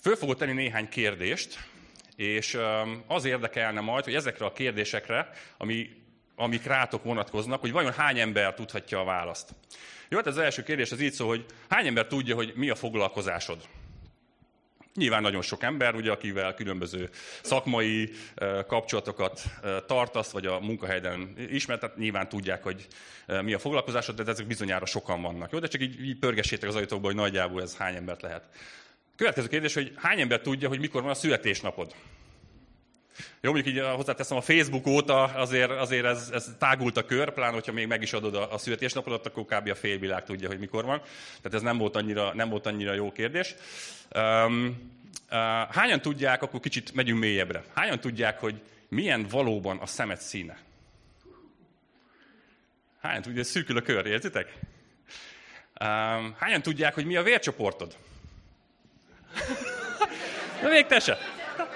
Föl fogok tenni néhány kérdést, és az érdekelne majd, hogy ezekre a kérdésekre, amik rátok vonatkoznak, hogy vajon hány ember tudhatja a választ. Jó, hát az első kérdés az így szól, hogy hány ember tudja, hogy mi a foglalkozásod? Nyilván nagyon sok ember, ugye, akivel különböző szakmai kapcsolatokat tartasz, vagy a munkahelyen ismert, tehát nyilván tudják, hogy mi a foglalkozásod, de ezek bizonyára sokan vannak. Jó, de csak így pörgessétek az ajtókba, hogy nagyjából ez hány embert lehet. Következő kérdés, hogy hány ember tudja, hogy mikor van a születésnapod? Jó, mondjuk így hozzáteszem, a Facebook óta azért ez tágult a kör, pláne, hogyha még meg is adod a születésnapodat, akkor kb. A félvilág tudja, hogy mikor van. Tehát ez nem volt annyira jó kérdés. Hányan tudják, akkor kicsit megyünk mélyebbre. Hányan tudják, hogy milyen valóban a szemed színe? Hányan tudják, hogy szűkül a kör, érzitek? Hányan tudják, hogy mi a vércsoportod? Na még te se.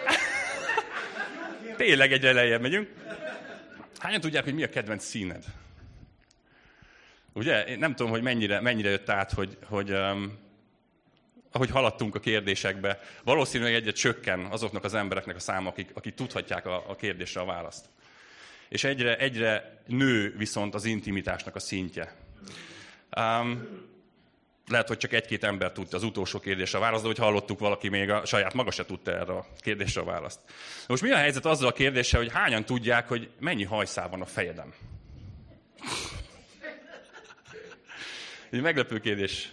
Tényleg egyre lejjebb megyünk. Hányan tudják, hogy mi a kedvenc színed? Ugye? Én nem tudom, hogy mennyire jött át, hogy ahogy haladtunk a kérdésekbe, valószínűleg egyre csökken azoknak az embereknek a száma, akik tudhatják a kérdésre a választ. És egyre nő viszont az intimitásnak a szintje. Lehet, hogy csak egy-két ember tudta az utolsó kérdésre a választ, de hogy hallottuk, valaki még a saját maga se tudta erre a kérdésre a választ. Most mi a helyzet azzal a kérdéssel, hogy hányan tudják, hogy mennyi hajszál van a fejedem? Egy meglepő kérdés.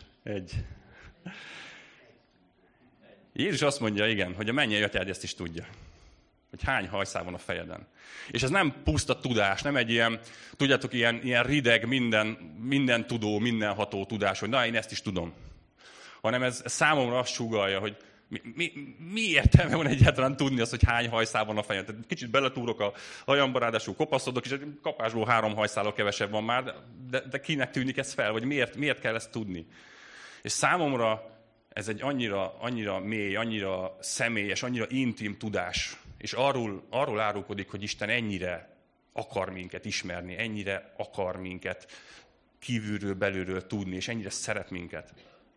Jézus azt mondja, igen, hogy a mennyei atyád ezt is tudja. Hogy hány hajszál van a fejeden. És ez nem puszta tudás, nem egy ilyen, tudjátok, ilyen rideg, minden tudó, mindenható tudás, hogy na, én ezt is tudom. Hanem ez számomra azt sugallja, hogy mi értelme van egyáltalán tudni azt, hogy hány hajszál van a fejen. Tehát kicsit beletúrok a hajamba, ráadásul kopaszodok, és kapásból 3 hajszállal kevesebb van már, de kinek tűnik ez fel, vagy miért kell ezt tudni? És számomra ez egy annyira mély, annyira személyes, annyira intim tudás, és arról árulkodik, hogy Isten ennyire akar minket ismerni, ennyire akar minket kívülről, belülről tudni, és ennyire szeret minket.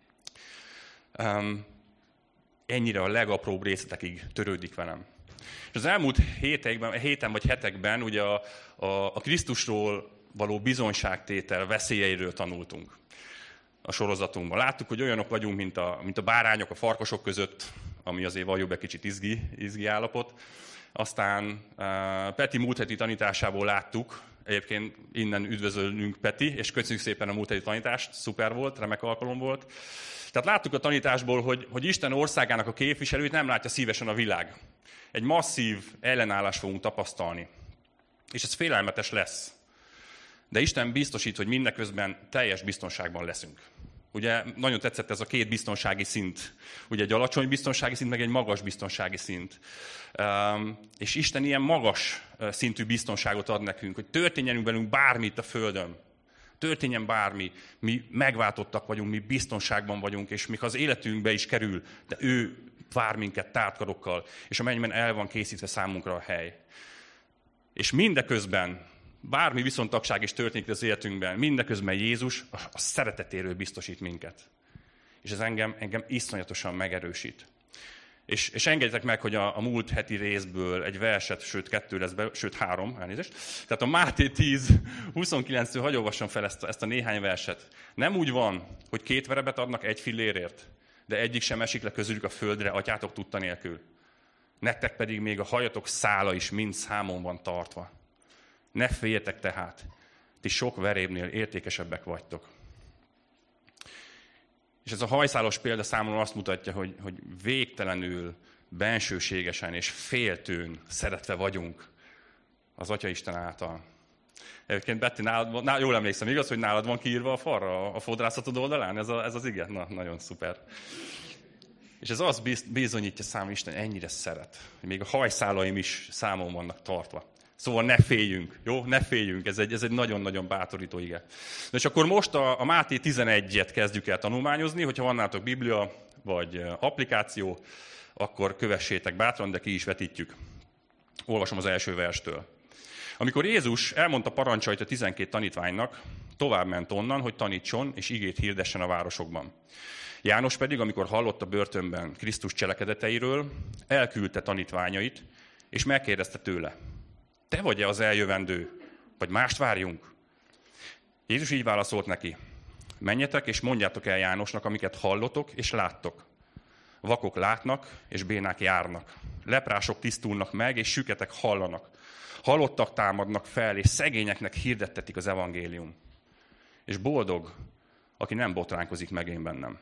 Ennyire a legapróbb részletekig törődik velem. És az elmúlt héten vagy hetekben ugye a Krisztusról való bizonyságtétel veszélyeiről tanultunk a sorozatunkban. Láttuk, hogy olyanok vagyunk, mint a bárányok a farkasok között, ami azért valljuk be kicsit izgi állapot. Aztán Peti múlt heti tanításából láttuk, egyébként innen üdvözölünk Peti, és köszönjük szépen a múlt heti tanítást, szuper volt, remek alkalom volt. Tehát láttuk a tanításból, hogy Isten országának a képviselőit nem látja szívesen a világ. Egy masszív ellenállást fogunk tapasztalni. És ez félelmetes lesz. De Isten biztosít, hogy mindeközben teljes biztonságban leszünk. Ugye nagyon tetszett ez a 2 biztonsági szint. Ugye egy alacsony biztonsági szint, meg egy magas biztonsági szint. És Isten ilyen magas szintű biztonságot ad nekünk, hogy történjen velünk bármi itt a Földön. Történjen bármi, mi megváltottak vagyunk, mi biztonságban vagyunk, és még az életünkbe is kerül, de ő vár minket tártkarokkal, és a mennyben el van készítve számunkra a hely. És mindeközben, bármi viszontagság is történik az életünkben, mindeközben Jézus a szeretetéről biztosít minket. És ez engem iszonyatosan megerősít. És engedjetek meg, hogy a múlt heti részből egy verset, sőt 2 lesz be, sőt 3, elnézést. Tehát a Máté 10:29-től hadd olvassam fel ezt a néhány verset. Nem úgy van, hogy 2 verebet adnak 1 fillérért, de egyik sem esik le közülük a földre, atyátok tudta nélkül. Nektek pedig még a hajatok szála is mind számon van tartva. Ne féljetek tehát, ti sok verébnél értékesebbek vagytok. És ez a hajszálos példa számomra azt mutatja, hogy végtelenül bensőségesen és féltőn szeretve vagyunk az Atyaisten által. Egyébként Betty, jól emlékszem, igaz, hogy nálad van kiírva a falra, a fodrászatod oldalán? Ez az ige? Na, nagyon szuper. És ez azt bizonyítja számomra, Isten ennyire szeret, hogy még a hajszálaim is számon vannak tartva. Szóval ne féljünk, jó? Ne féljünk, ez egy nagyon-nagyon bátorító ige. És akkor most a Máté 11-et kezdjük el tanulmányozni, hogyha van nálatok Biblia vagy applikáció, akkor kövessétek bátran, de ki is vetítjük. Olvasom az első verstől. Amikor Jézus elmondta parancsait a 12 tanítványnak, tovább ment onnan, hogy tanítson és igét hirdessen a városokban. János pedig, amikor hallott a börtönben Krisztus cselekedeteiről, elküldte tanítványait, és megkérdezte tőle, te vagy-e az eljövendő, vagy mást várjunk? Jézus így válaszolt neki, menjetek és mondjátok el Jánosnak, amiket hallotok és láttok. Vakok látnak, és bénák járnak. Leprások tisztulnak meg, és süketek hallanak. Halottak támadnak fel, és szegényeknek hirdettetik az evangélium. És boldog, aki nem botránkozik meg én bennem.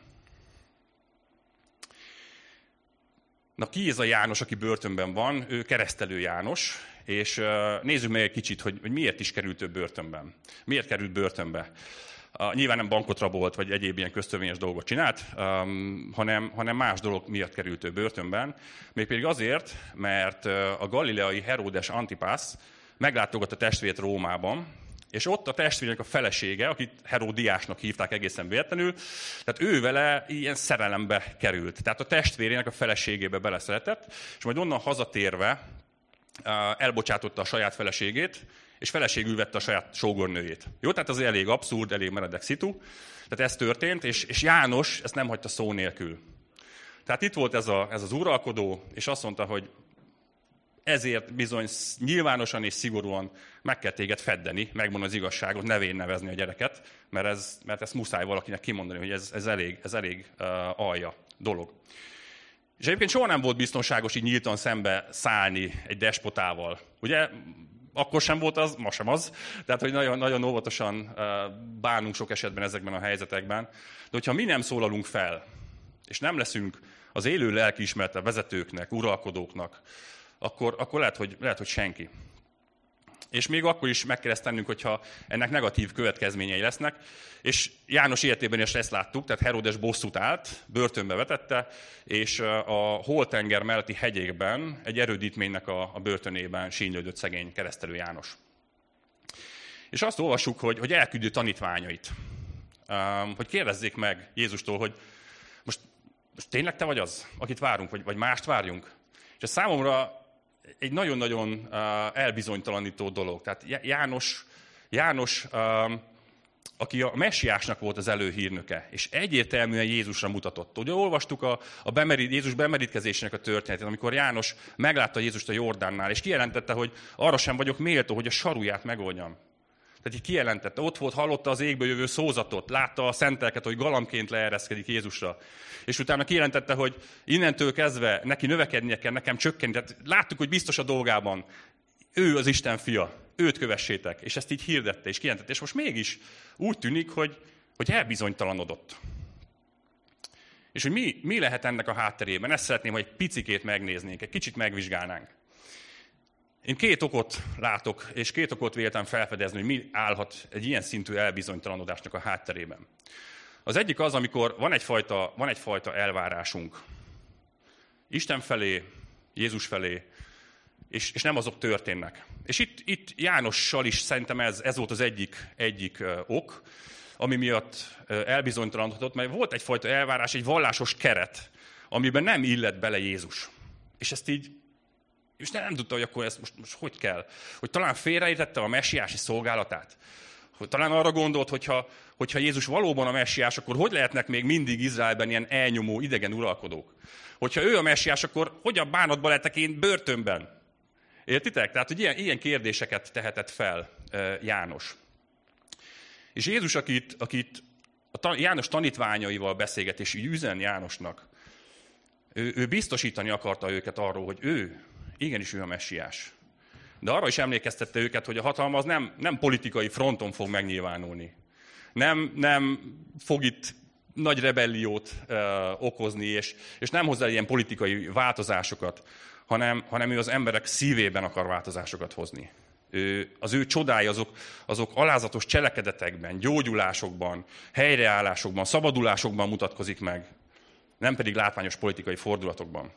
Na, ki ez a János, aki börtönben van? Ő Keresztelő János, és nézzük meg egy kicsit, hogy miért is került ő börtönben. Miért került börtönbe? Nyilván nem bankot rabolt, vagy egyéb ilyen köztörvényes dolgot csinált, hanem más dolog miatt került ő börtönben. Mégpedig azért, mert a galileai Heródes Antipász meglátogatta testvérét Rómában, és ott a testvérének a felesége, akit Heródiásnak hívták egészen véletlenül, tehát ő vele ilyen szerelembe került. Tehát a testvérének a feleségébe beleszeretett, és majd onnan hazatérve elbocsátotta a saját feleségét, és feleségül vette a saját sógornőjét. Jó, tehát az elég abszurd, elég meredek szitu. Tehát ez történt, és János ezt nem hagyta szó nélkül. Tehát itt volt ez az uralkodó, és azt mondta, hogy ezért bizony nyilvánosan és szigorúan meg kell téged feddeni, megmondani az igazságot, nevén nevezni a gyereket, mert ezt muszáj valakinek kimondani, hogy ez elég alja dolog. És egyébként soha nem volt biztonságos így nyíltan szembe szállni egy despotával. Ugye? Akkor sem volt az, ma sem az. Tehát, hogy nagyon, nagyon óvatosan bánunk sok esetben ezekben a helyzetekben. De hogyha mi nem szólalunk fel, és nem leszünk az élő lelkiismerete vezetőknek, uralkodóknak, akkor lehet, hogy senki. És még akkor is meg kell ezt tennünk, hogyha ennek negatív következményei lesznek. És János életében is ezt láttuk, tehát Heródes bosszút állt, börtönbe vetette, és a Holtenger melletti hegyekben egy erődítménynek a börtönében sínylődött szegény Keresztelő János. És azt olvassuk, hogy elküldő tanítványait, hogy kérdezzék meg Jézustól, hogy most tényleg te vagy az, akit várunk, vagy mást várjunk? És ez számomra egy nagyon-nagyon elbizonytalanító dolog. Tehát János, aki a messiásnak volt az előhírnöke, és egyértelműen Jézusra mutatott. Ugye olvastuk Jézus bemerítkezésének a történetét, amikor János meglátta Jézust a Jordánnál, és kijelentette, hogy arra sem vagyok méltó, hogy a saruját megoldjam. Tehát így kijelentette, ott volt, hallotta az égből jövő szózatot, látta a szentelket, hogy galamként leereszkedik Jézusra. És utána kijelentette, hogy innentől kezdve neki növekednie kell, nekem csökkenni. Tehát láttuk, hogy biztos a dolgában. Ő az Isten fia, őt kövessétek. És ezt így hirdette és kijelentette. És most mégis úgy tűnik, hogy elbizonytalanodott. És hogy mi lehet ennek a hátterében? Ezt szeretném, hogy egy picikét megnéznénk, egy kicsit megvizsgálnánk. Én 2 okot látok, és 2 okot véltem felfedezni, hogy mi állhat egy ilyen szintű elbizonytalanodásnak a hátterében. Az egyik az, amikor van egyfajta elvárásunk. Isten felé, Jézus felé, és nem azok történnek. És itt Jánossal is szerintem ez volt az egyik ok, ami miatt elbizonytalanodott, mert volt egyfajta elvárás, egy vallásos keret, amiben nem illett bele Jézus. És ezt így és nem tudta, hogy akkor ezt most hogy kell. Hogy talán félreértette a messiási szolgálatát. Hogy talán arra gondolt, hogyha Jézus valóban a messiás, akkor hogy lehetnek még mindig Izraelben ilyen elnyomó, idegen uralkodók? Hogyha ő a messiás, akkor hogyan bánatba lehetek én börtönben? Értitek? Tehát, hogy ilyen kérdéseket tehetett fel János. És Jézus, akit János tanítványaival beszélget, és így üzen Jánosnak, ő biztosítani akarta őket arról, hogy igenis ő a messiás. De arra is emlékeztette őket, hogy a hatalma az nem politikai fronton fog megnyilvánulni. Nem fog itt nagy rebelliót okozni, és nem hozzá ilyen politikai változásokat, hanem ő az emberek szívében akar változásokat hozni. Az ő csodái azok alázatos cselekedetekben, gyógyulásokban, helyreállásokban, szabadulásokban mutatkozik meg, nem pedig látványos politikai fordulatokban.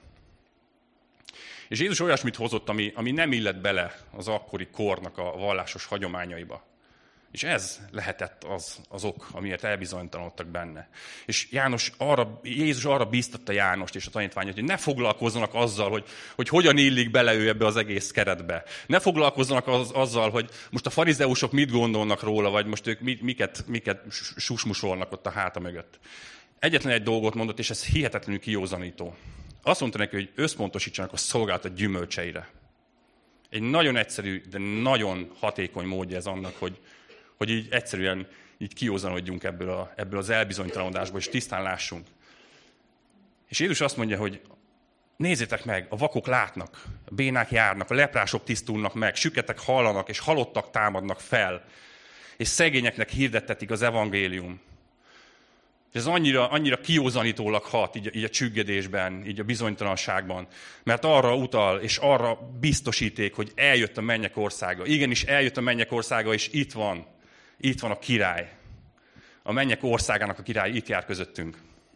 És Jézus olyasmit hozott, ami nem illett bele az akkori kornak a vallásos hagyományaiba. És ez lehetett az ok, amiért elbizonytalanodtak benne. És Jézus arra bíztatta Jánost és a tanítványot, hogy ne foglalkozzanak azzal, hogy hogyan illik bele ő ebbe az egész keretbe. Ne foglalkozzanak azzal, hogy most a farizeusok mit gondolnak róla, vagy most ők miket susmusolnak ott a háta mögött. Egyetlen egy dolgot mondott, és ez hihetetlenül kijózanító. Azt mondta neki, hogy összpontosítsanak a szolgálat gyümölcseire. Egy nagyon egyszerű, de nagyon hatékony módja ez annak, hogy így egyszerűen így kiózanodjunk ebből az elbizonytalanodásból, és tisztán lássunk. És Jézus azt mondja, hogy nézzétek meg, a vakok látnak, a bénák járnak, a leprások tisztulnak meg, süketek hallanak, és halottak támadnak fel, és szegényeknek hirdettetik az evangélium. Ez annyira kiózanítólag hat így a csüggedésben, így a bizonytalanságban, mert arra utal, és arra biztosíték, hogy eljött a mennyek országa. Igenis eljött a mennyek országa, és itt van a király. A mennyek országának a király itt jár közöttünk.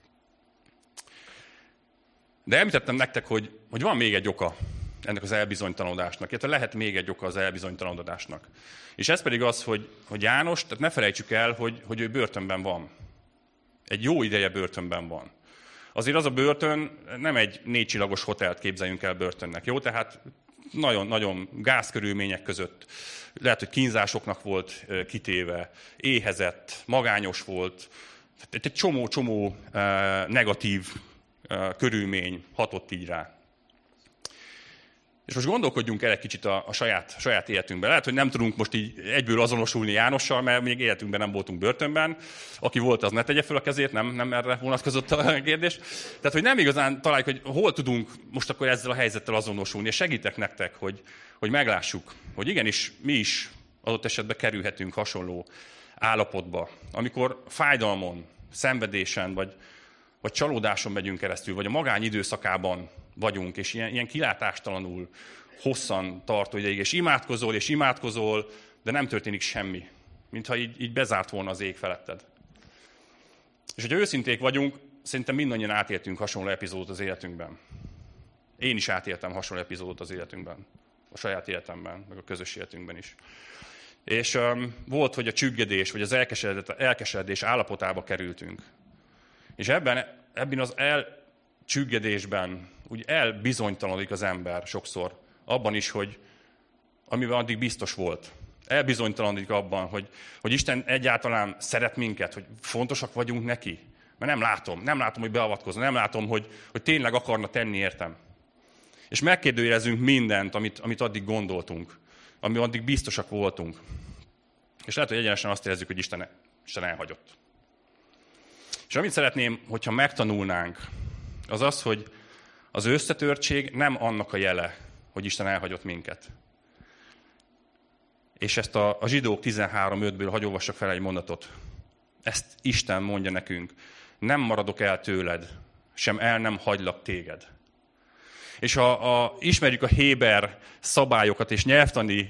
De említettem nektek, hogy van még egy oka ennek az elbizonytalanodásnak, illetve lehet még egy oka az elbizonytalanodásnak. És ez pedig az, hogy János, tehát ne felejtsük el, hogy ő börtönben van. Egy jó ideje börtönben van. Azért az a börtön nem egy 4 csillagos hotelt képzeljünk el börtönnek, jó? Tehát nagyon-nagyon gázkörülmények között. Lehet, hogy kínzásoknak volt kitéve, éhezett, magányos volt. Tehát egy csomó negatív körülmény hatott így rá. És most gondolkodjunk el egy kicsit a saját életünkben. Lehet, hogy nem tudunk most így egyből azonosulni Jánossal, mert még életünkben nem voltunk börtönben. Aki volt, az ne tegye fel a kezét, nem erre vonatkozott a kérdés. Tehát, hogy nem igazán találjuk, hogy hol tudunk most akkor ezzel a helyzettel azonosulni, és segítek nektek, hogy meglássuk, hogy igenis mi is adott esetben kerülhetünk hasonló állapotba, amikor fájdalmon, szenvedésen, vagy csalódáson megyünk keresztül, vagy a magány időszakában vagyunk, és ilyen kilátástalanul hosszan tartó ideig, és imádkozol, de nem történik semmi, mintha így bezárt volna az ég feletted. És hogyha őszinték vagyunk, szerintem mindannyian átéltünk hasonló epizódot az életünkben. Én is átéltem hasonló epizódot az életünkben, a saját életemben, meg a közös életünkben is. És volt, hogy a csüggedés, vagy az elkeseredés állapotába kerültünk. És ebben az elcsüggedésben úgy elbizonytalanodik az ember sokszor. Abban is, hogy amiben addig biztos volt. Elbizonytalanodik abban, hogy Isten egyáltalán szeret minket, hogy fontosak vagyunk neki. Mert nem látom, hogy beavatkozna, nem látom, hogy tényleg akarna tenni értem. És megkérdőjelezünk mindent, amit addig gondoltunk, amiben addig biztosak voltunk. És lehet, hogy egyenesen azt érezzük, hogy Isten elhagyott. És amit szeretném, hogyha megtanulnánk, az az, hogy az összetörtség nem annak a jele, hogy Isten elhagyott minket. És ezt a Zsidók 13.5-ből hadd olvassak fel egy mondatot. Ezt Isten mondja nekünk. Nem maradok el tőled, sem el nem hagylak téged. És ha ismerjük a héber szabályokat és nyelvtani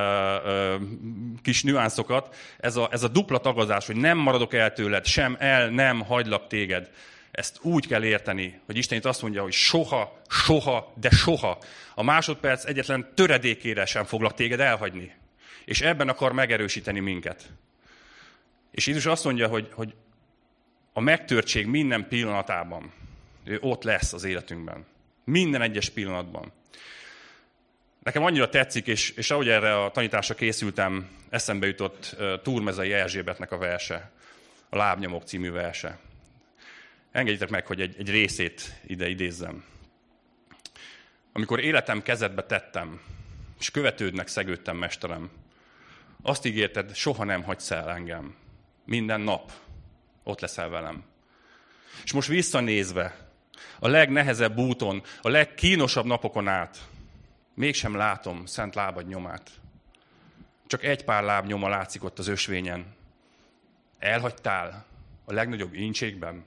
kis nüanszokat, ez a dupla tagazás, hogy nem maradok el tőled, sem el nem hagylak téged, ezt úgy kell érteni, hogy Isten itt azt mondja, hogy soha, de soha a másodperc egyetlen töredékére sem foglak téged elhagyni. És ebben akar megerősíteni minket. És Jézus azt mondja, hogy a megtörtség minden pillanatában ő ott lesz az életünkben. Minden egyes pillanatban. Nekem annyira tetszik, és ahogy erre a tanításra készültem, eszembe jutott Túrmezei Erzsébetnek a verse, a Lábnyomok című verse. Engedjétek meg, hogy egy részét ide idézzem. Amikor életem kezedbe tettem, és követődnek szegődtem, mesterem, azt ígérted, soha nem hagysz el engem. Minden nap ott leszel velem. És most visszanézve, a legnehezebb úton, a legkínosabb napokon át, mégsem látom szent lábad nyomát. Csak egy pár lábnyoma látszik ott az ösvényen. Elhagytál a legnagyobb ínségben?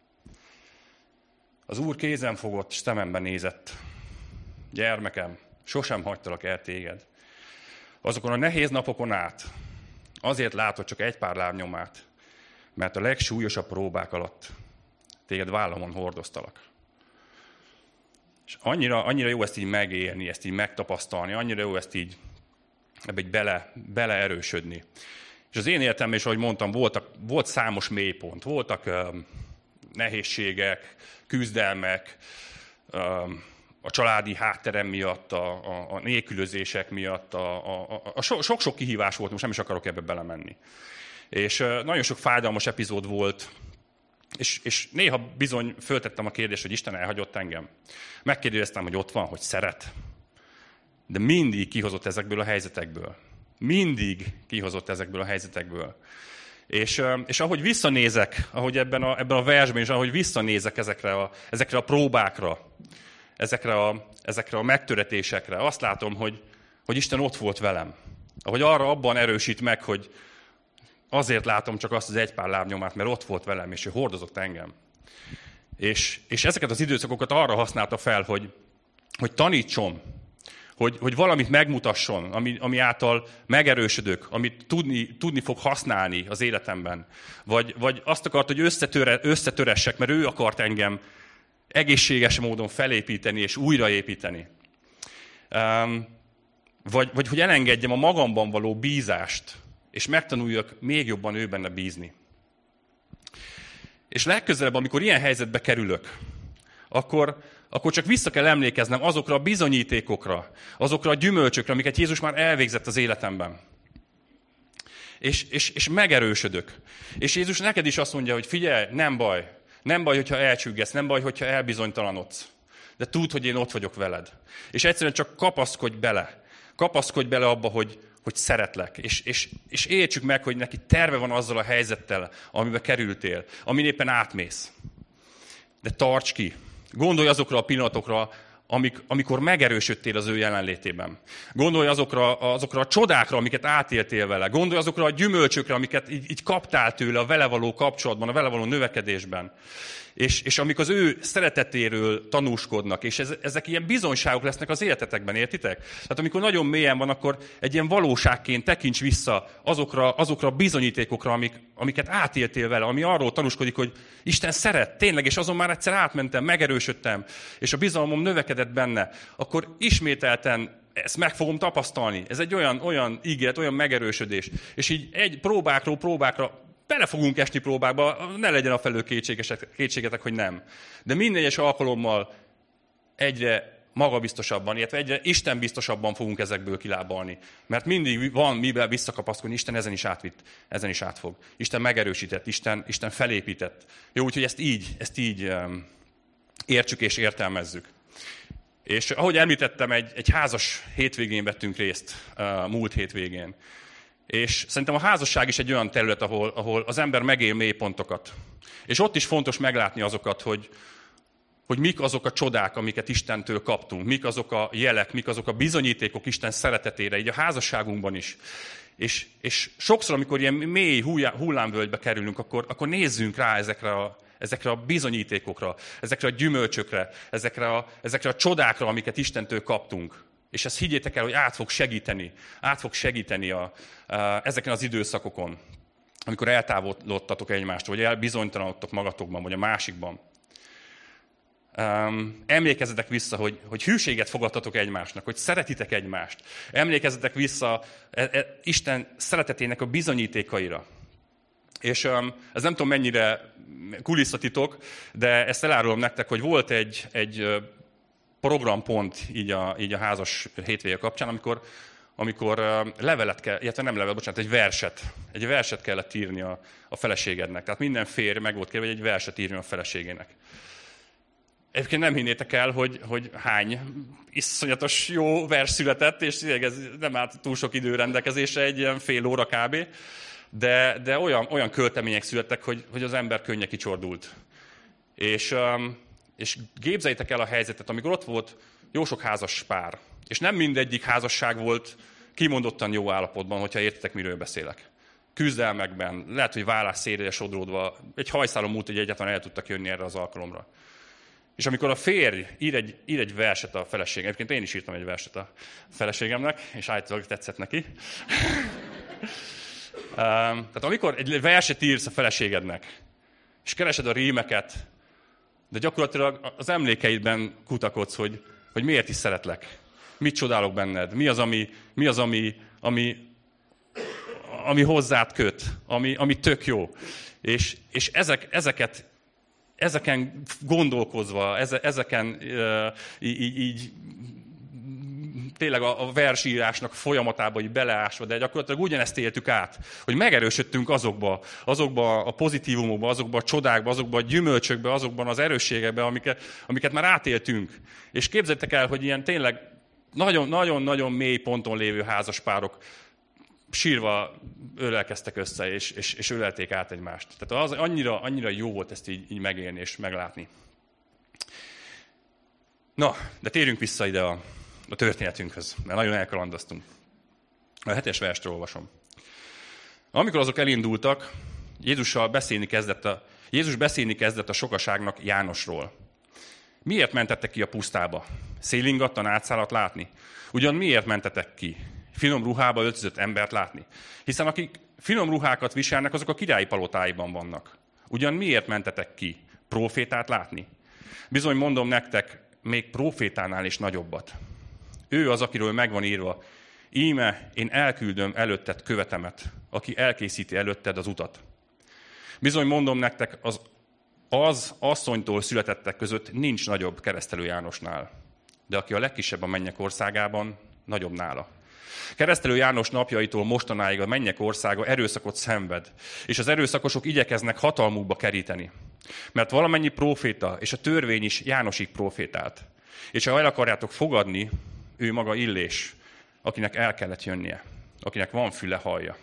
Az Úr kézen fogott, és szemembe nézett. Gyermekem, sosem hagytalak el téged. Azokon a nehéz napokon át azért látod csak egy pár lábnyomát, mert a legsúlyosabb próbák alatt téged vállamon hordoztalak. És annyira jó ezt így megélni, ezt így megtapasztalni, annyira jó ezt így ebbe így beleerősödni. És az én életemben is, ahogy mondtam, volt számos mélypont, voltak nehézségek, küzdelmek, a családi hátterem miatt, a nélkülözések miatt, a sok-sok kihívás volt, most nem is akarok ebbe belemenni. És nagyon sok fájdalmas epizód volt És néha bizony föltettem a kérdést, hogy Isten elhagyott engem. Megkérdeztem, hogy ott van, hogy szeret. De mindig kihozott ezekből a helyzetekből. Mindig kihozott ezekből a helyzetekből. És ahogy visszanézek, ahogy ebben a versben is, ahogy visszanézek ezekre a próbákra, ezekre a megtöretésekre, azt látom, hogy Isten ott volt velem. Ahogy abban erősít meg, hogy azért látom csak azt az egy pár lábnyomát, mert ott volt velem, és ő hordozott engem. És ezeket az időszakokat arra használta fel, hogy tanítson, hogy valamit megmutasson, ami által megerősödök, amit tudni fog használni az életemben. Vagy azt akart, hogy összetöressek, mert ő akart engem egészséges módon felépíteni és újraépíteni. Vagy hogy elengedjem a magamban való bízást, és megtanuljak még jobban ő benne bízni. És legközelebb, amikor ilyen helyzetbe kerülök, akkor csak vissza kell emlékeznem azokra a bizonyítékokra, azokra a gyümölcsökre, amiket Jézus már elvégzett az életemben. És megerősödök. És Jézus neked is azt mondja, hogy figyelj, nem baj, hogyha elcsüggesz, nem baj, hogyha elbizonytalanodsz. De tudd, hogy én ott vagyok veled. És egyszerűen csak kapaszkodj bele abba, hogy szeretlek. És értsük meg, hogy neki terve van azzal a helyzettel, amiben kerültél, amin éppen átmész. De tarts ki. Gondolj azokra a pillanatokra, amikor megerősödtél az ő jelenlétében. Gondolj azokra a csodákra, amiket átéltél vele. Gondolj azokra a gyümölcsökre, amiket így kaptál tőle a vele való kapcsolatban, a vele való növekedésben. És amik az ő szeretetéről tanúskodnak, és ezek ilyen bizonyságok lesznek az életetekben, értitek? Tehát amikor nagyon mélyen van, akkor egy ilyen valóságként tekints vissza azokra a bizonyítékokra, amiket átéltél vele, ami arról tanúskodik, hogy Isten szeret, tényleg, és azon már egyszer átmentem, megerősödtem, és a bizalmam növekedett benne, akkor ismételten ezt meg fogom tapasztalni. Ez egy olyan ígéret, olyan megerősödés. És így egy próbákra bele fogunk esni próbákba, ne legyen afelől kétségetek, hogy nem. De minden egyes alkalommal egyre magabiztosabban, illetve egyre istenbiztosabban fogunk ezekből kilábalni. Mert mindig van mivel visszakapaszkodni, Isten ezen is átvitt, ezen is átfog. Isten megerősített, Isten felépített. Jó, úgyhogy ezt így értsük és értelmezzük. És ahogy említettem, egy házas hétvégén vettünk részt, múlt hétvégén. És szerintem a házasság is egy olyan terület, ahol az ember megél mélypontokat. És ott is fontos meglátni azokat, hogy mik azok a csodák, amiket Istentől kaptunk, mik azok a jelek, mik azok a bizonyítékok Isten szeretetére, így a házasságunkban is. És sokszor, amikor ilyen mély hullámvölgybe kerülünk, akkor nézzünk rá ezekre a bizonyítékokra, ezekre a gyümölcsökre, ezekre a csodákra, amiket Istentől kaptunk. És ezt higgyétek el, hogy át fog segíteni ezeken az időszakokon, amikor eltávolodtatok egymástól, vagy elbizonytalanodtok magatokban, vagy a másikban. Emlékezzetek vissza, hogy hűséget fogadtatok egymásnak, hogy szeretitek egymást. Emlékezzetek vissza Isten szeretetének a bizonyítékaira. És ez nem tudom mennyire kulisszatitok, de ezt elárulom nektek, hogy volt egy programpont így a házas hétvége kapcsán, amikor egy verset kellett írni a feleségednek. Tehát minden férj meg volt kérve, hogy egy verset írjon a feleségének. Egyébként nem hinnétek el, hogy hány iszonyatos jó vers született, és ez nem állt túl sok idő rendelkezésre, egy ilyen fél óra kb. De olyan költemények születtek, hogy az ember könnye kicsordult. És képzeljétek el a helyzetet, amikor ott volt jó sok házas pár. És nem mindegyik házasság volt kimondottan jó állapotban, hogyha értitek, miről beszélek. Küzdelmekben, lehet, hogy vállás szélére sodródva, egy hajszálon múlt, hogy egyáltalán el tudtak jönni erre az alkalomra. És amikor a férj ír egy verset a feleségem, egyébként én is írtam egy verset a feleségemnek, és állítólag tetszett neki. Tehát amikor egy verset írsz a feleségednek, és keresed a rímeket, de gyakorlatilag az emlékeidben kutakodsz, hogy miért is szeretlek, mit csodálok benned, mi az, ami hozzád köt, ami tök jó. És ezeken gondolkozva, ezeken így tényleg a versírásnak folyamatába így beleásva, de gyakorlatilag ugyanezt éltük át, hogy megerősödtünk azokba a pozitívumokba, azokba a csodákba, azokba a gyümölcsökbe, azokban az erősségekbe, amiket már átéltünk. És képzeljétek el, hogy ilyen tényleg nagyon-nagyon mély ponton lévő házaspárok sírva ölelkeztek össze, és ölelték át egymást. Tehát az annyira jó volt ezt így megélni és meglátni. Na, de térjünk vissza ide a történetünkhöz, mert nagyon elkalandoztunk. A 7. verstől olvasom. Amikor azok elindultak, Jézus beszélni kezdett a sokaságnak Jánosról. Miért mentettek ki a pusztába? Szélingattan átszálat látni? Ugyan miért mentetek ki? Finom ruhába öltözött embert látni? Hiszen akik finom ruhákat viselnek, azok a királyi palotáiban vannak. Ugyan miért mentetek ki? Prófétát látni? Bizony mondom nektek, még prófétánál is nagyobbat. Ő az, akiről megvan írva, íme én elküldöm előtted követemet, aki elkészíti előtted az utat. Bizony mondom nektek, az asszonytól születettek között nincs nagyobb Keresztelő Jánosnál, de aki a legkisebb a mennyek országában, nagyobb nála. Keresztelő János napjaitól mostanáig a mennyek országa erőszakot szenved, és az erőszakosok igyekeznek hatalmukba keríteni. Mert valamennyi próféta, és a törvény is Jánosig prófétált. És ha el akarjátok fogadni, ő maga Illés, akinek el kellett jönnie, akinek van füle, hallja.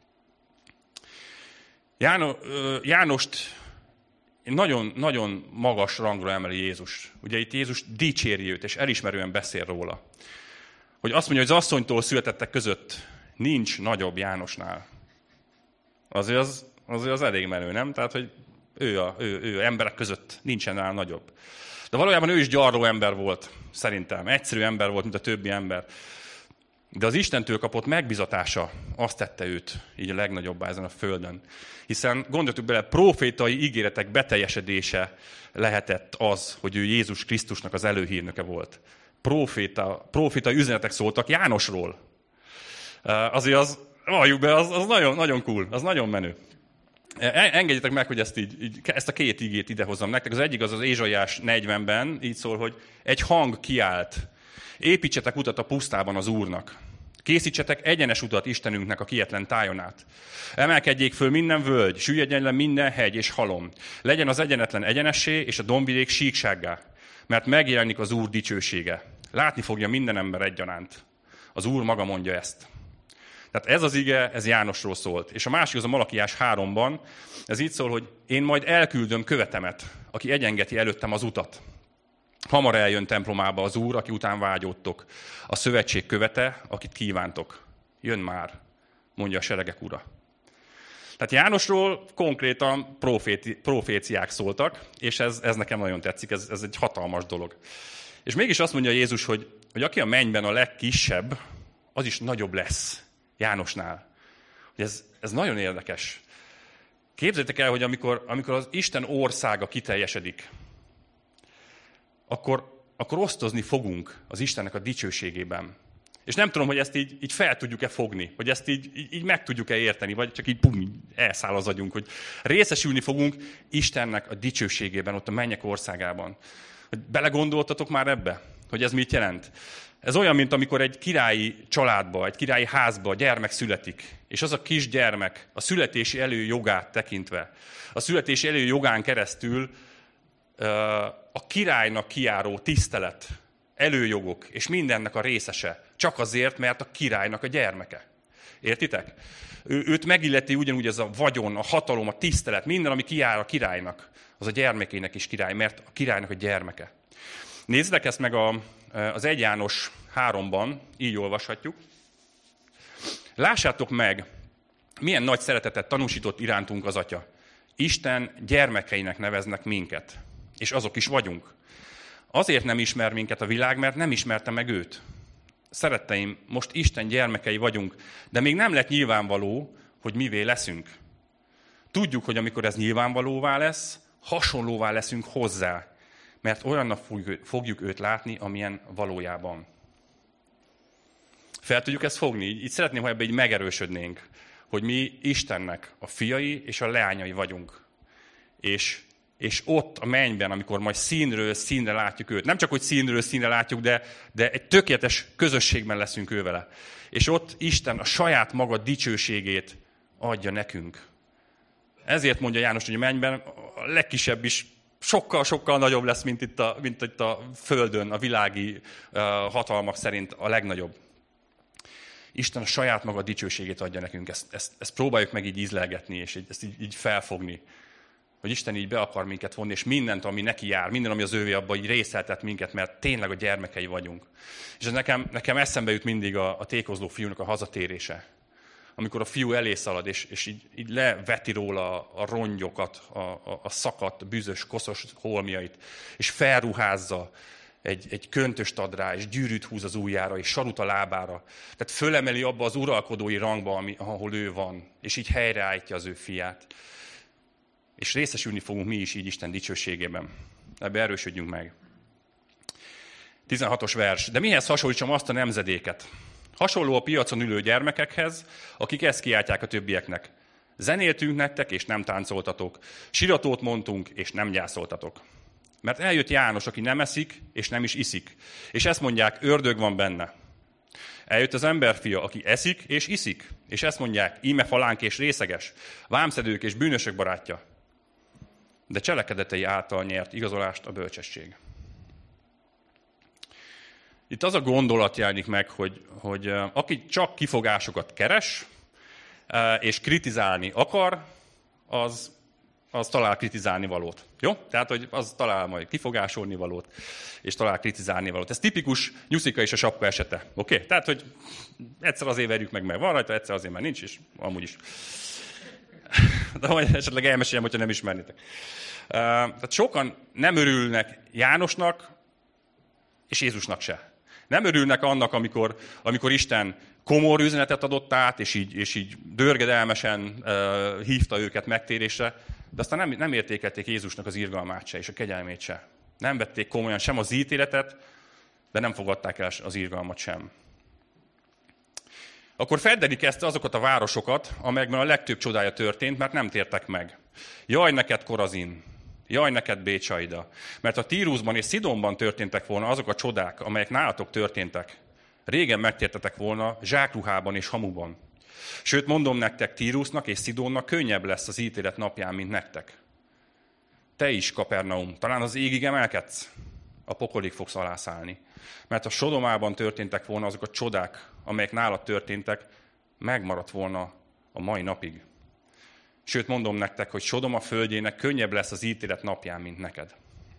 Jánost nagyon magas rangra emeli Jézus. Ugye itt Jézus dicséri őt, és elismerően beszél róla. Hogy azt mondja, hogy az asszonytól születettek között nincs nagyobb Jánosnál. Azért az elég menő, nem? Tehát, hogy ő emberek között nincsen nála nagyobb. De valójában ő is gyarló ember volt, szerintem. Egyszerű ember volt, mint a többi ember. De az Istentől kapott megbizatása azt tette őt így a legnagyobbá ezen a földön. Hiszen gondoltuk bele, profétai ígéretek beteljesedése lehetett az, hogy ő Jézus Krisztusnak az előhírnöke volt. Profétai üzenetek szóltak Jánosról. Azért valljuk be, az nagyon, nagyon cool, az nagyon menő. Engedjétek meg, hogy ezt a két igét idehozzam nektek. Az egyik az Ézsaiás 40-ben így szól, hogy egy hang kiált. Építsetek utat a pusztában az Úrnak. Készítsetek egyenes utat Istenünknek a kietlen tájon át. Emelkedjék föl minden völgy, süllyedjen le minden hegy és halom. Legyen az egyenetlen egyenessé, és a dombvidék síksággá. Mert megjelenik az Úr dicsősége. Látni fogja minden ember egyaránt. Az Úr maga mondja ezt. Tehát ez az ige, ez Jánosról szólt. És a másik az a Malakiás 3-ban, ez így szól, hogy én majd elküldöm követemet, aki egyengeti előttem az utat. Hamar eljön templomába az Úr, aki után vágyódtok. A szövetség követe, akit kívántok. Jön már, mondja a seregek ura. Tehát Jánosról konkrétan proféciák szóltak, és ez nekem nagyon tetszik, ez egy hatalmas dolog. És mégis azt mondja Jézus, hogy aki a mennyben a legkisebb, az is nagyobb lesz Jánosnál. Ez nagyon érdekes. Képzeljétek el, hogy amikor az Isten országa kiteljesedik, akkor osztozni fogunk az Istennek a dicsőségében. És nem tudom, hogy ezt így fel tudjuk-e fogni, hogy ezt így meg tudjuk-e érteni, vagy csak így elszáll az agyunk, hogy részesülni fogunk Istennek a dicsőségében, ott a mennyek országában. Hogy belegondoltatok már ebbe, hogy ez mit jelent? Ez olyan, mint amikor egy királyi családba, egy királyi házba gyermek születik, és az a kisgyermek a születési előjogát tekintve, a születési előjogán keresztül a királynak kijáró tisztelet, előjogok és mindennek a részese, csak azért, mert a királynak a gyermeke. Értitek? Őt megilleti ugyanúgy ez a vagyon, a hatalom, a tisztelet, minden, ami kijár a királynak, az a gyermekének is király, mert a királynak a gyermeke. Nézzétek ezt meg az 1 János 3-ban, így olvashatjuk. Lássátok meg, milyen nagy szeretetet tanúsított irántunk az Atya. Isten gyermekeinek neveznek minket, és azok is vagyunk. Azért nem ismer minket a világ, mert nem ismerte meg őt. Szeretteim, most Isten gyermekei vagyunk, de még nem lett nyilvánvaló, hogy mivé leszünk. Tudjuk, hogy amikor ez nyilvánvalóvá lesz, hasonlóvá leszünk hozzá, mert olyannak fogjuk őt látni, amilyen valójában. Fel tudjuk ezt fogni? Így szeretném, ha ebbe így megerősödnénk, hogy mi Istennek a fiai és a leányai vagyunk. És és ott a mennyben, amikor majd színről színre látjuk őt, nem csak, hogy színről színre látjuk, de egy tökéletes közösségben leszünk ő vele. És ott Isten a saját maga dicsőségét adja nekünk. Ezért mondja János, hogy a mennyben a legkisebb is sokkal-sokkal nagyobb lesz, mint itt a Földön, a világi hatalmak szerint a legnagyobb. Isten a saját maga dicsőségét adja nekünk. Ezt próbáljuk meg így ízlelgetni, és ezt így felfogni. Hogy Isten így be akar minket vonni, és mindent, ami neki jár, minden, ami az ővé, abban így részeltet minket, mert tényleg a gyermekei vagyunk. És ez nekem eszembe jut mindig a tékozló fiúnak a hazatérése. Amikor a fiú elé szalad, és így leveti róla a rongyokat, a szakadt, bűzös, koszos holmiait, és felruházza, egy köntöst ad rá, és gyűrűt húz az ujjára, és sarut a lábára. Tehát fölemeli abba az uralkodói rangba, ahol ő van, és így helyreállítja az ő fiát. És részesülni fogunk mi is így Isten dicsőségében. Ebbe erősödjünk meg. 16-os vers. De mihez hasonlítsam azt a nemzedéket? Hasonló a piacon ülő gyermekekhez, akik ezt kiáltják a többieknek. Zenéltünk nektek, és nem táncoltatok. Siratót mondtunk, és nem gyászoltatok. Mert eljött János, aki nem eszik, és nem is iszik. És ezt mondják, ördög van benne. Eljött az emberfia, aki eszik és iszik. És ezt mondják, íme falánk és részeges, vámszedők és bűnösök barátja. De cselekedetei által nyert igazolást a bölcsesség. Itt az a gondolat jelenik meg, hogy aki csak kifogásokat keres, és kritizálni akar, az talál kritizálni valót. Jó? Tehát, hogy az talál majd kifogásolni valót, és talál kritizálni valót. Ez tipikus Nyuszika és a sapka esete. Oké? Tehát, hogy egyszer azért verjük meg, mert van rajta, egyszer azért már nincs, és amúgy is. De majd esetleg elmeséljem, hogyha nem ismernétek. Tehát sokan nem örülnek Jánosnak, és Jézusnak se. Nem örülnek annak, amikor Isten komor üzenetet adott át, és így dörgedelmesen hívta őket megtérésre, de aztán nem értékelték Jézusnak az irgalmát se, és a kegyelmét se. Nem vették komolyan sem az ítéletet, de nem fogadták el az irgalmat sem. Akkor fedelik ezt azokat a városokat, amelyekben a legtöbb csodája történt, mert nem tértek meg. Jaj neked, Korazin! Jaj neked, Bécsaida! Mert a Tírusban és Szidonban történtek volna azok a csodák, amelyek nálatok történtek. Régen megtértetek volna zsákruhában és hamuban. Sőt, mondom nektek, Tírusnak és Szidónnak könnyebb lesz az ítélet napján, mint nektek. Te is, Kapernaum, talán az égig emelkedsz? A pokolig fogsz alászállni. Mert a Sodomában történtek volna azok a csodák, amelyek nálad történtek, megmaradt volna a mai napig. Sőt, mondom nektek, hogy Sodoma földjének könnyebb lesz az ítélet napján, mint neked.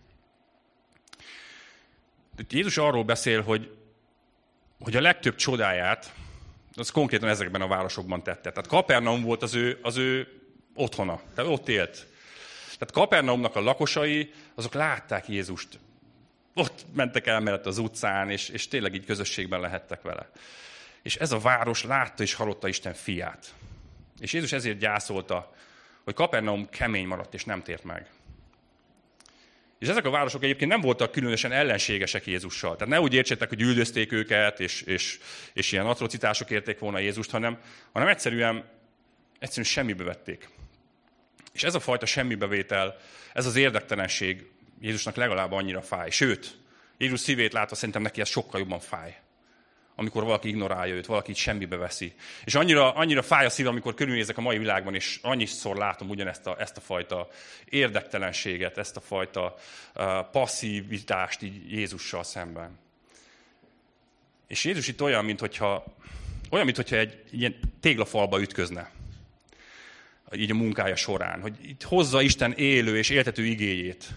Jézus arról beszél, hogy a legtöbb csodáját, az konkrétan ezekben a városokban tette. Tehát Kapernaum volt az ő otthona, tehát ott élt. Tehát Kapernaumnak a lakosai, azok látták Jézust. Ott mentek el mellett az utcán, és tényleg így közösségben lehettek vele. És ez a város látta és hallotta Isten fiát. És Jézus ezért gyászolta, hogy Kapernaum kemény maradt, és nem tért meg. És ezek a városok egyébként nem voltak különösen ellenségesek Jézussal. Tehát ne úgy értsétek, hogy üldözték őket, és ilyen atrocitások érték volna Jézust, hanem egyszerűen semmibe vették. És ez a fajta semmibevétel, ez az érdektelenség Jézusnak legalább annyira fáj. Sőt, Jézus szívét látva szerintem neki ez sokkal jobban fáj. Amikor valaki ignorálja őt, valaki így semmibe veszi. És annyira fáj a szíve, amikor körülnézek a mai világban, és annyiszor látom ugyanezt ezt a fajta érdektelenséget, ezt a fajta passzivitást így Jézussal szemben. És Jézus itt olyan, mintha egy ilyen téglafalba ütközne. Így a munkája során. Hogy itt hozza Isten élő és éltető igéjét.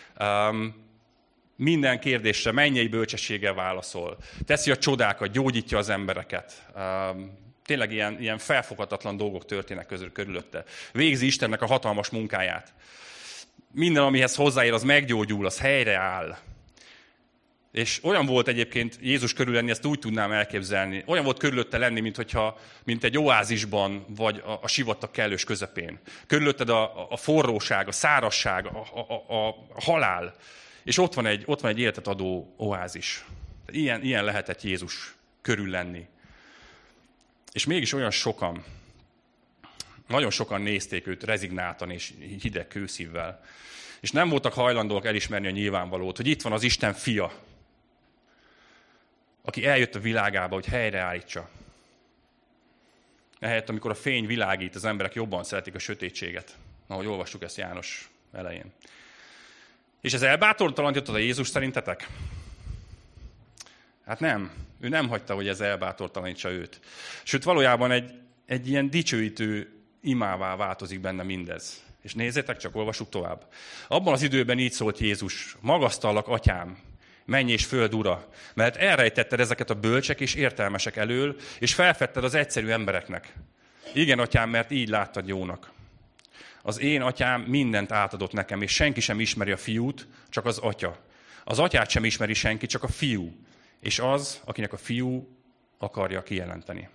Minden kérdésre mennyei bölcsességgel válaszol. Teszi a csodákat, gyógyítja az embereket. Tényleg ilyen felfoghatatlan dolgok történnek körülötte. Végzi Istennek a hatalmas munkáját. Minden, amihez hozzáér, az meggyógyul, az helyreáll. És olyan volt egyébként Jézus körül lenni, ezt úgy tudnám elképzelni. Olyan volt körülötte lenni, mint egy oázisban, vagy a sivatag kellős közepén. Körülötted a forróság, a szárazság, a halál. És ott van egy életet adó oázis. Ilyen lehetett Jézus körül lenni. És mégis nagyon sokan nézték őt rezignáltan és hideg kőszívvel. És nem voltak hajlandóak elismerni a nyilvánvalót, hogy itt van az Isten fia, aki eljött a világába, hogy helyreállítsa. Ehelyett, amikor a fény világít, az emberek jobban szeretik a sötétséget. Ahogy olvassuk ezt János elején. És ez elbátortalanította a Jézus szerintetek? Hát nem. Ő nem hagyta, hogy ez elbátortalanítsa őt. Sőt, valójában egy ilyen dicsőítő imává változik benne mindez. És nézzétek, csak olvassuk tovább. Abban az időben így szólt Jézus: magasztallak, atyám, menj és föld ura, mert elrejtetted ezeket a bölcsek és értelmesek elől, és felfedted az egyszerű embereknek. Igen, atyám, mert így láttad jónak. Az én atyám mindent átadott nekem, és senki sem ismeri a fiút, csak az atya. Az atyát sem ismeri senki, csak a fiú, és az, akinek a fiú akarja kijelenteni.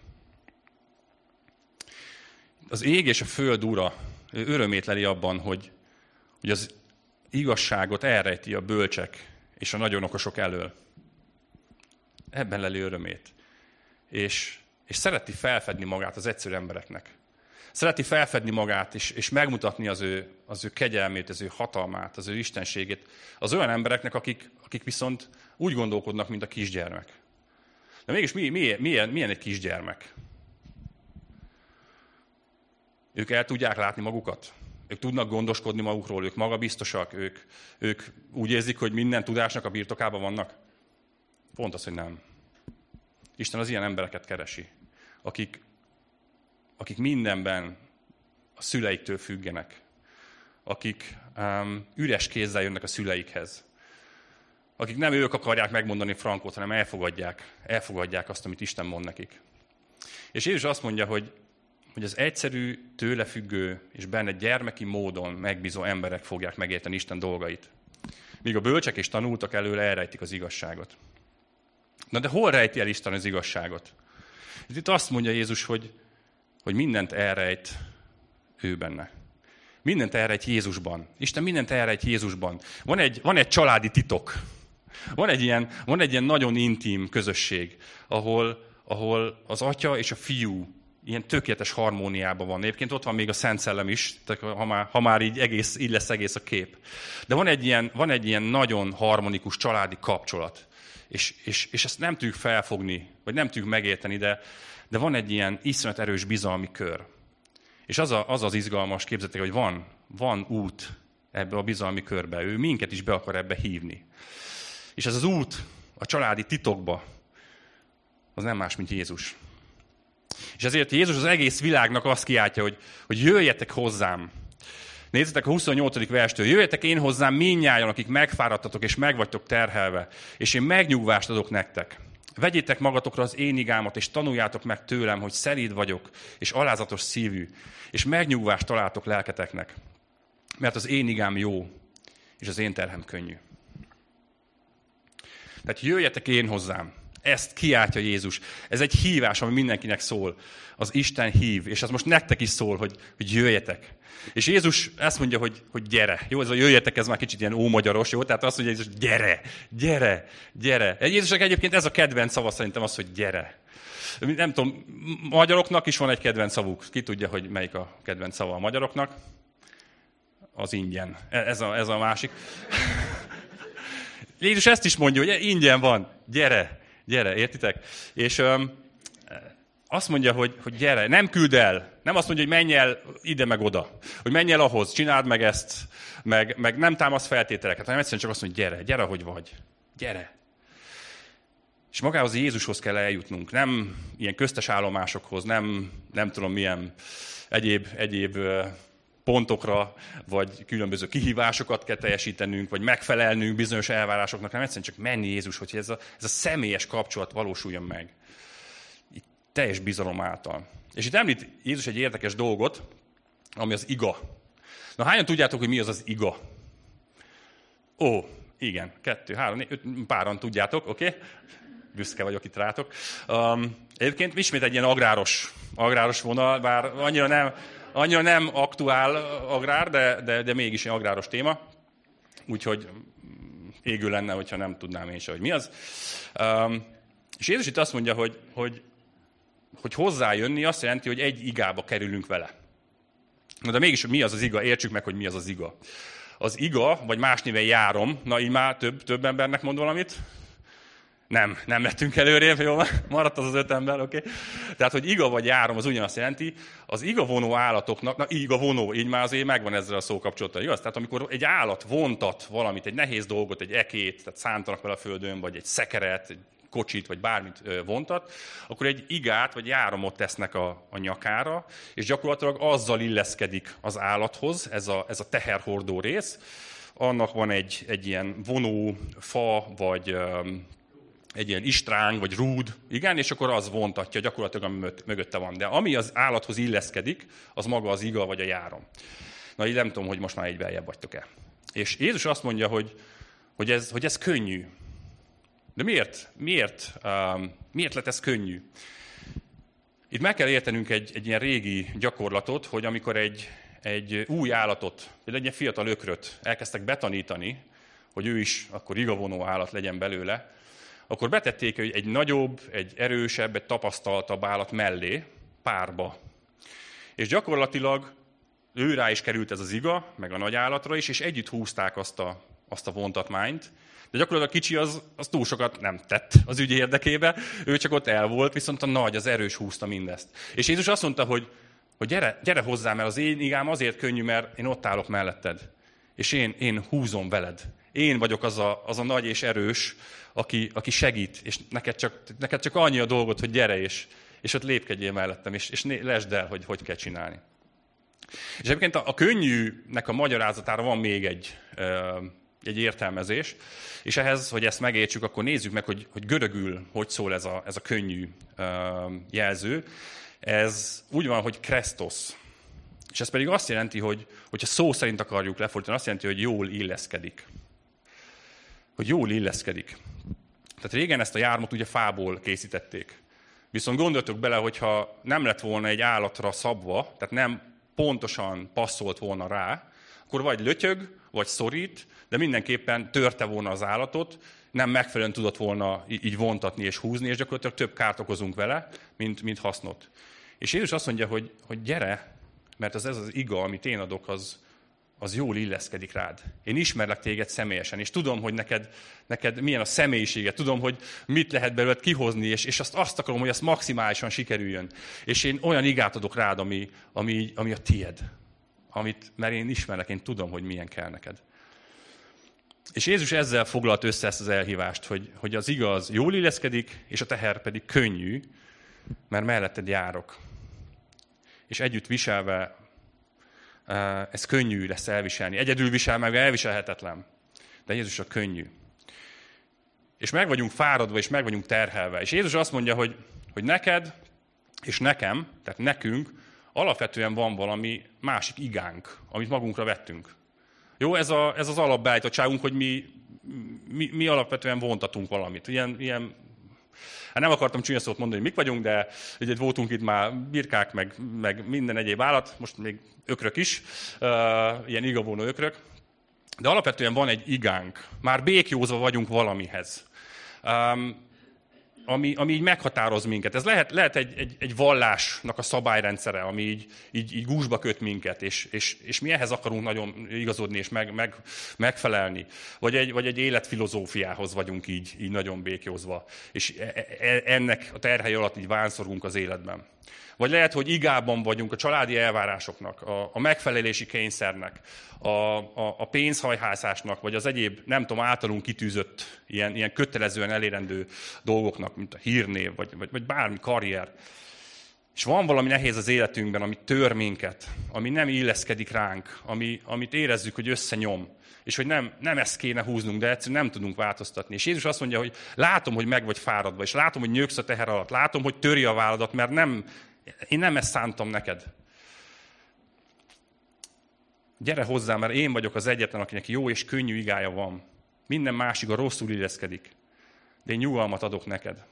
Az ég és a föld ura örömét leli abban, hogy az igazságot elrejti a bölcsek és a nagyon okosok elől. Ebben leli örömét. És szereti felfedni magát az egyszerű embereknek. Szereti felfedni magát, és megmutatni az ő kegyelmét, az ő hatalmát, az ő istenségét az olyan embereknek, akik viszont úgy gondolkodnak, mint a kisgyermek. De mégis milyen egy kisgyermek? Ők el tudják látni magukat? Ők tudnak gondoskodni magukról, ők magabiztosak, ők úgy érzik, hogy minden tudásnak a birtokában vannak? Pont az, hogy nem. Isten az ilyen embereket keresi, akik mindenben a szüleiktől függenek, akik üres kézzel jönnek a szüleikhez, akik nem ők akarják megmondani frankót, hanem elfogadják azt, amit Isten mond nekik. És Jézus azt mondja, hogy az egyszerű, tőle függő és benne gyermeki módon megbízó emberek fogják megérteni Isten dolgait. Míg a bölcsek és tanultak elől elrejtik az igazságot. Na de hol rejti el Isten az igazságot? Itt azt mondja Jézus, hogy mindent elrejt ő benne. Mindent elrejt Jézusban. Isten mindent elrejt Jézusban. Van egy családi titok. Van egy ilyen nagyon intim közösség, ahol az atya és a fiú ilyen tökéletes harmóniában van. Egyébként ott van még a Szent Szellem is, ha már így lesz egész a kép. De van egy ilyen nagyon harmonikus családi kapcsolat. És ezt nem tudjuk felfogni, vagy nem tudjuk megérteni, de van egy ilyen iszonyat erős bizalmi kör. És az izgalmas, képzeljétek, hogy van út ebbe a bizalmi körbe. Ő minket is be akar ebbe hívni. És ez az út a családi titokba, az nem más, mint Jézus. És ezért Jézus az egész világnak azt kiáltja, hogy jöjjetek hozzám. Nézzétek a 28. verstől. Jöjjetek én hozzám mindnyájan, akik megfáradtatok és meg vagytok terhelve, és én megnyugvást adok nektek. Vegyétek magatokra az én igámat, és tanuljátok meg tőlem, hogy szelíd vagyok, és alázatos szívű, és megnyugvást találtok lelketeknek. Mert az én igám jó, és az én terhem könnyű. Tehát jöjjetek én hozzám. Ezt kiáltja Jézus. Ez egy hívás, ami mindenkinek szól. Az Isten hív, és ez most nektek is szól, hogy jöjjetek. És Jézus azt mondja, hogy gyere. Jó, ez a jöjjetek, ez már kicsit ilyen ómagyaros, jó? Tehát azt mondja Jézus, gyere. Jézusnak egyébként ez a kedvenc szava szerintem az, hogy gyere. Nem tudom, magyaroknak is van egy kedvenc szavuk. Ki tudja, hogy melyik a kedvenc szava a magyaroknak? Az ingyen. Ez a másik. Jézus ezt is mondja, hogy ingyen van. Gyere, értitek? És azt mondja, hogy gyere, nem küld el. Nem azt mondja, hogy menj el ide meg oda. Hogy menj el ahhoz, csináld meg ezt, meg nem támasz feltételeket, hanem egyszerűen csak azt mondja, gyere, hogy vagy. Gyere. És magához Jézushoz kell eljutnunk. Nem ilyen köztes állomásokhoz, nem tudom milyen egyéb pontokra, vagy különböző kihívásokat kell teljesítenünk, vagy megfelelnünk bizonyos elvárásoknak, hanem egyszerűen csak menni Jézushoz, hogy ez a személyes kapcsolat valósuljon meg. Itt teljes bizalom által. És itt említ Jézus egy érdekes dolgot, ami az iga. Na, hányan tudjátok, hogy mi az iga? Ó, igen, 2, 3, 4, 5, páran tudjátok, oké? Büszke vagyok itt rátok. Egyébként ismét egy ilyen agráros vonal, bár annyira nem aktuál agrár, de mégis egy agráros téma. Úgyhogy égő lenne, hogyha nem tudnám én se, hogy mi az. És Jézus itt azt mondja, hogy hozzájönni azt jelenti, hogy egy igába kerülünk vele. Na de mégis mi az az iga? Értsük meg, hogy mi az az iga. az iga, vagy más néven járom, na így már több embernek mond valamit. Nem lettünk előrébb, jó, maradt az 5 ember, oké. Okay. Tehát, hogy iga vagy járom, az ugyanazt jelenti, az igavonó állatoknak, na igavonó, így már azért megvan ezzel a szókapcsolata, igaz? Tehát amikor egy állat vontat valamit, egy nehéz dolgot, egy ekét, tehát szántanak vele a földön, vagy egy szekeret, egy kocsit, vagy bármit vontat, akkor egy igát, vagy járomot tesznek a nyakára, és gyakorlatilag azzal illeszkedik az állathoz, ez a teherhordó rész. Annak van egy ilyen vonó fa, vagy egy ilyen istráng, vagy rúd, igen, és akkor az vontatja gyakorlatilag, ami mögötte van. De ami az állathoz illeszkedik, az maga az iga, vagy a járom. Na, így nem tudom, hogy most már így beljebb vagytok-e. És Jézus azt mondja, hogy ez könnyű. De miért lett ez könnyű? Itt meg kell értenünk egy ilyen régi gyakorlatot, hogy amikor egy új állatot, vagy egy ilyen fiatal ökröt elkezdtek betanítani, hogy ő is akkor igavonó állat legyen belőle, akkor betették egy nagyobb, egy erősebb, egy tapasztaltabb állat mellé, párba. És gyakorlatilag ő rá is került ez az iga, meg a nagy állatra is, és együtt húzták azt a vontatmányt. De gyakorlatilag a kicsi az túl sokat nem tett az ügy érdekébe, ő csak ott el volt, viszont a nagy, az erős húzta mindezt. És Jézus azt mondta, hogy gyere hozzám, mert az én igám azért könnyű, mert én ott állok melletted. És én húzom veled. Én vagyok az a nagy és erős, aki segít, és neked csak annyi a dolgot, hogy gyere, és ott lépkedjél mellettem, és lesd el, hogy kell csinálni. És egyébként a könnyűnek a magyarázatára van még egy értelmezés, és ehhez, hogy ezt megértsük, akkor nézzük meg, hogy görögül hogy szól ez a könnyű jelző. Ez úgy van, hogy kresztos. És ez pedig azt jelenti, hogyha szó szerint akarjuk lefordítani, azt jelenti, hogy jól illeszkedik. Hogy jól illeszkedik. Tehát régen ezt a jármot ugye fából készítették. Viszont gondoltok bele, hogyha nem lett volna egy állatra szabva, tehát nem pontosan passzolt volna rá, akkor vagy lötyög, vagy szorít, de mindenképpen törte volna az állatot, nem megfelelően tudott volna így vontatni és húzni, és gyakorlatilag több kárt okozunk vele, mint hasznot. És Jézus azt mondja, hogy gyere, mert ez az iga, amit én adok, az jól illeszkedik rád. Én ismerlek téged személyesen, és tudom, hogy neked milyen a személyisége, tudom, hogy mit lehet belőled kihozni, és azt akarom, hogy azt maximálisan sikerüljön. És én olyan igát adok rád, ami a tied. Mert én ismerlek, én tudom, hogy milyen kell neked. És Jézus ezzel foglalt össze ezt az elhívást, hogy az igaz jól illeszkedik, és a teher pedig könnyű, mert melletted járok. És együtt viselve ez könnyű lesz elviselni. Egyedül visel meg, elviselhetetlen. De Jézus a könnyű. És meg vagyunk fáradva, és meg vagyunk terhelve. És Jézus azt mondja, hogy neked és nekem, tehát nekünk alapvetően van valami másik igánk, amit magunkra vettünk. Jó, ez az alapbeállítottságunk, hogy mi alapvetően vontatunk valamit. Ilyen hát nem akartam csúnya szót mondani, hogy mik vagyunk, de ugye voltunk itt már birkák, meg minden egyéb állat, most még ökrök is, ilyen igavonó ökrök. De alapvetően van egy igánk. Már békjózva vagyunk valamihez. Ami így meghatároz minket. Ez lehet egy vallásnak a szabályrendszere, ami így gúzsba köt minket, és mi ehhez akarunk nagyon igazodni és megfelelni. Vagy egy életfilozófiához vagyunk így nagyon békjózva, és ennek a terhely alatt így vánszorgunk az életben. Vagy lehet, hogy igában vagyunk a családi elvárásoknak, a megfelelési kényszernek, a pénzhajhászásnak, vagy az egyéb, nem tudom, általunk kitűzött ilyen kötelezően elérendő dolgoknak, mint a hírnév, vagy bármi karrier. És van valami nehéz az életünkben, ami tör minket, ami nem illeszkedik ránk, amit érezzük, hogy összenyom, és hogy nem ezt kéne húznunk, de egyszerűen nem tudunk változtatni. És Jézus azt mondja, hogy látom, hogy meg vagy fáradva, és látom, hogy nyögsz a teher alatt, látom, hogy töri a válladat, mert én nem ezt szántam neked. Gyere hozzá, mert én vagyok az egyetlen, akinek jó és könnyű igája van. Minden másik a rosszul illeszkedik. De én nyugalmat adok neked.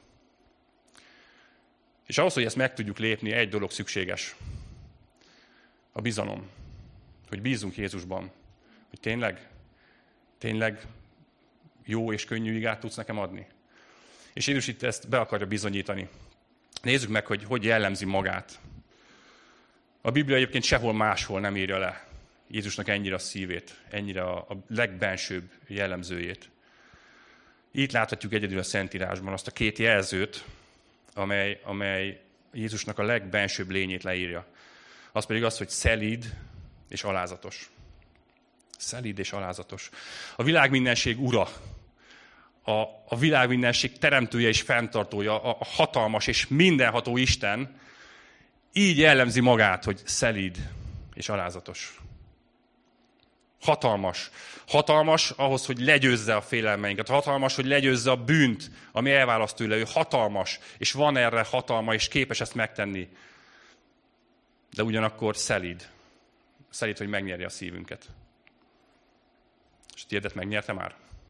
És ahhoz, hogy ezt meg tudjuk lépni, egy dolog szükséges. A bizalom. Hogy bízzunk Jézusban. Hogy tényleg jó és könnyű igát tudsz nekem adni. És Jézus itt ezt be akarja bizonyítani. Nézzük meg, hogy jellemzi magát. A Biblia egyébként sehol máshol nem írja le Jézusnak ennyire a szívét, ennyire a legbensőbb jellemzőjét. Itt láthatjuk egyedül a Szentírásban azt a két jelzőt, amely Jézusnak a legbensőbb lényét leírja. Az pedig az, hogy szelíd és alázatos. Szelíd és alázatos. A világ mindenség ura, a világ mindenség teremtője és fenntartója, a hatalmas és mindenható Isten így jellemzi magát, hogy szelíd és alázatos. Hatalmas. Hatalmas ahhoz, hogy legyőzze a félelmeinket. Hatalmas, hogy legyőzze a bűnt, ami elválaszt tőle. Ő hatalmas, és van erre hatalma, és képes ezt megtenni. De ugyanakkor szelíd. Szelíd, hogy megnyerje a szívünket. És tiédet megnyerte már?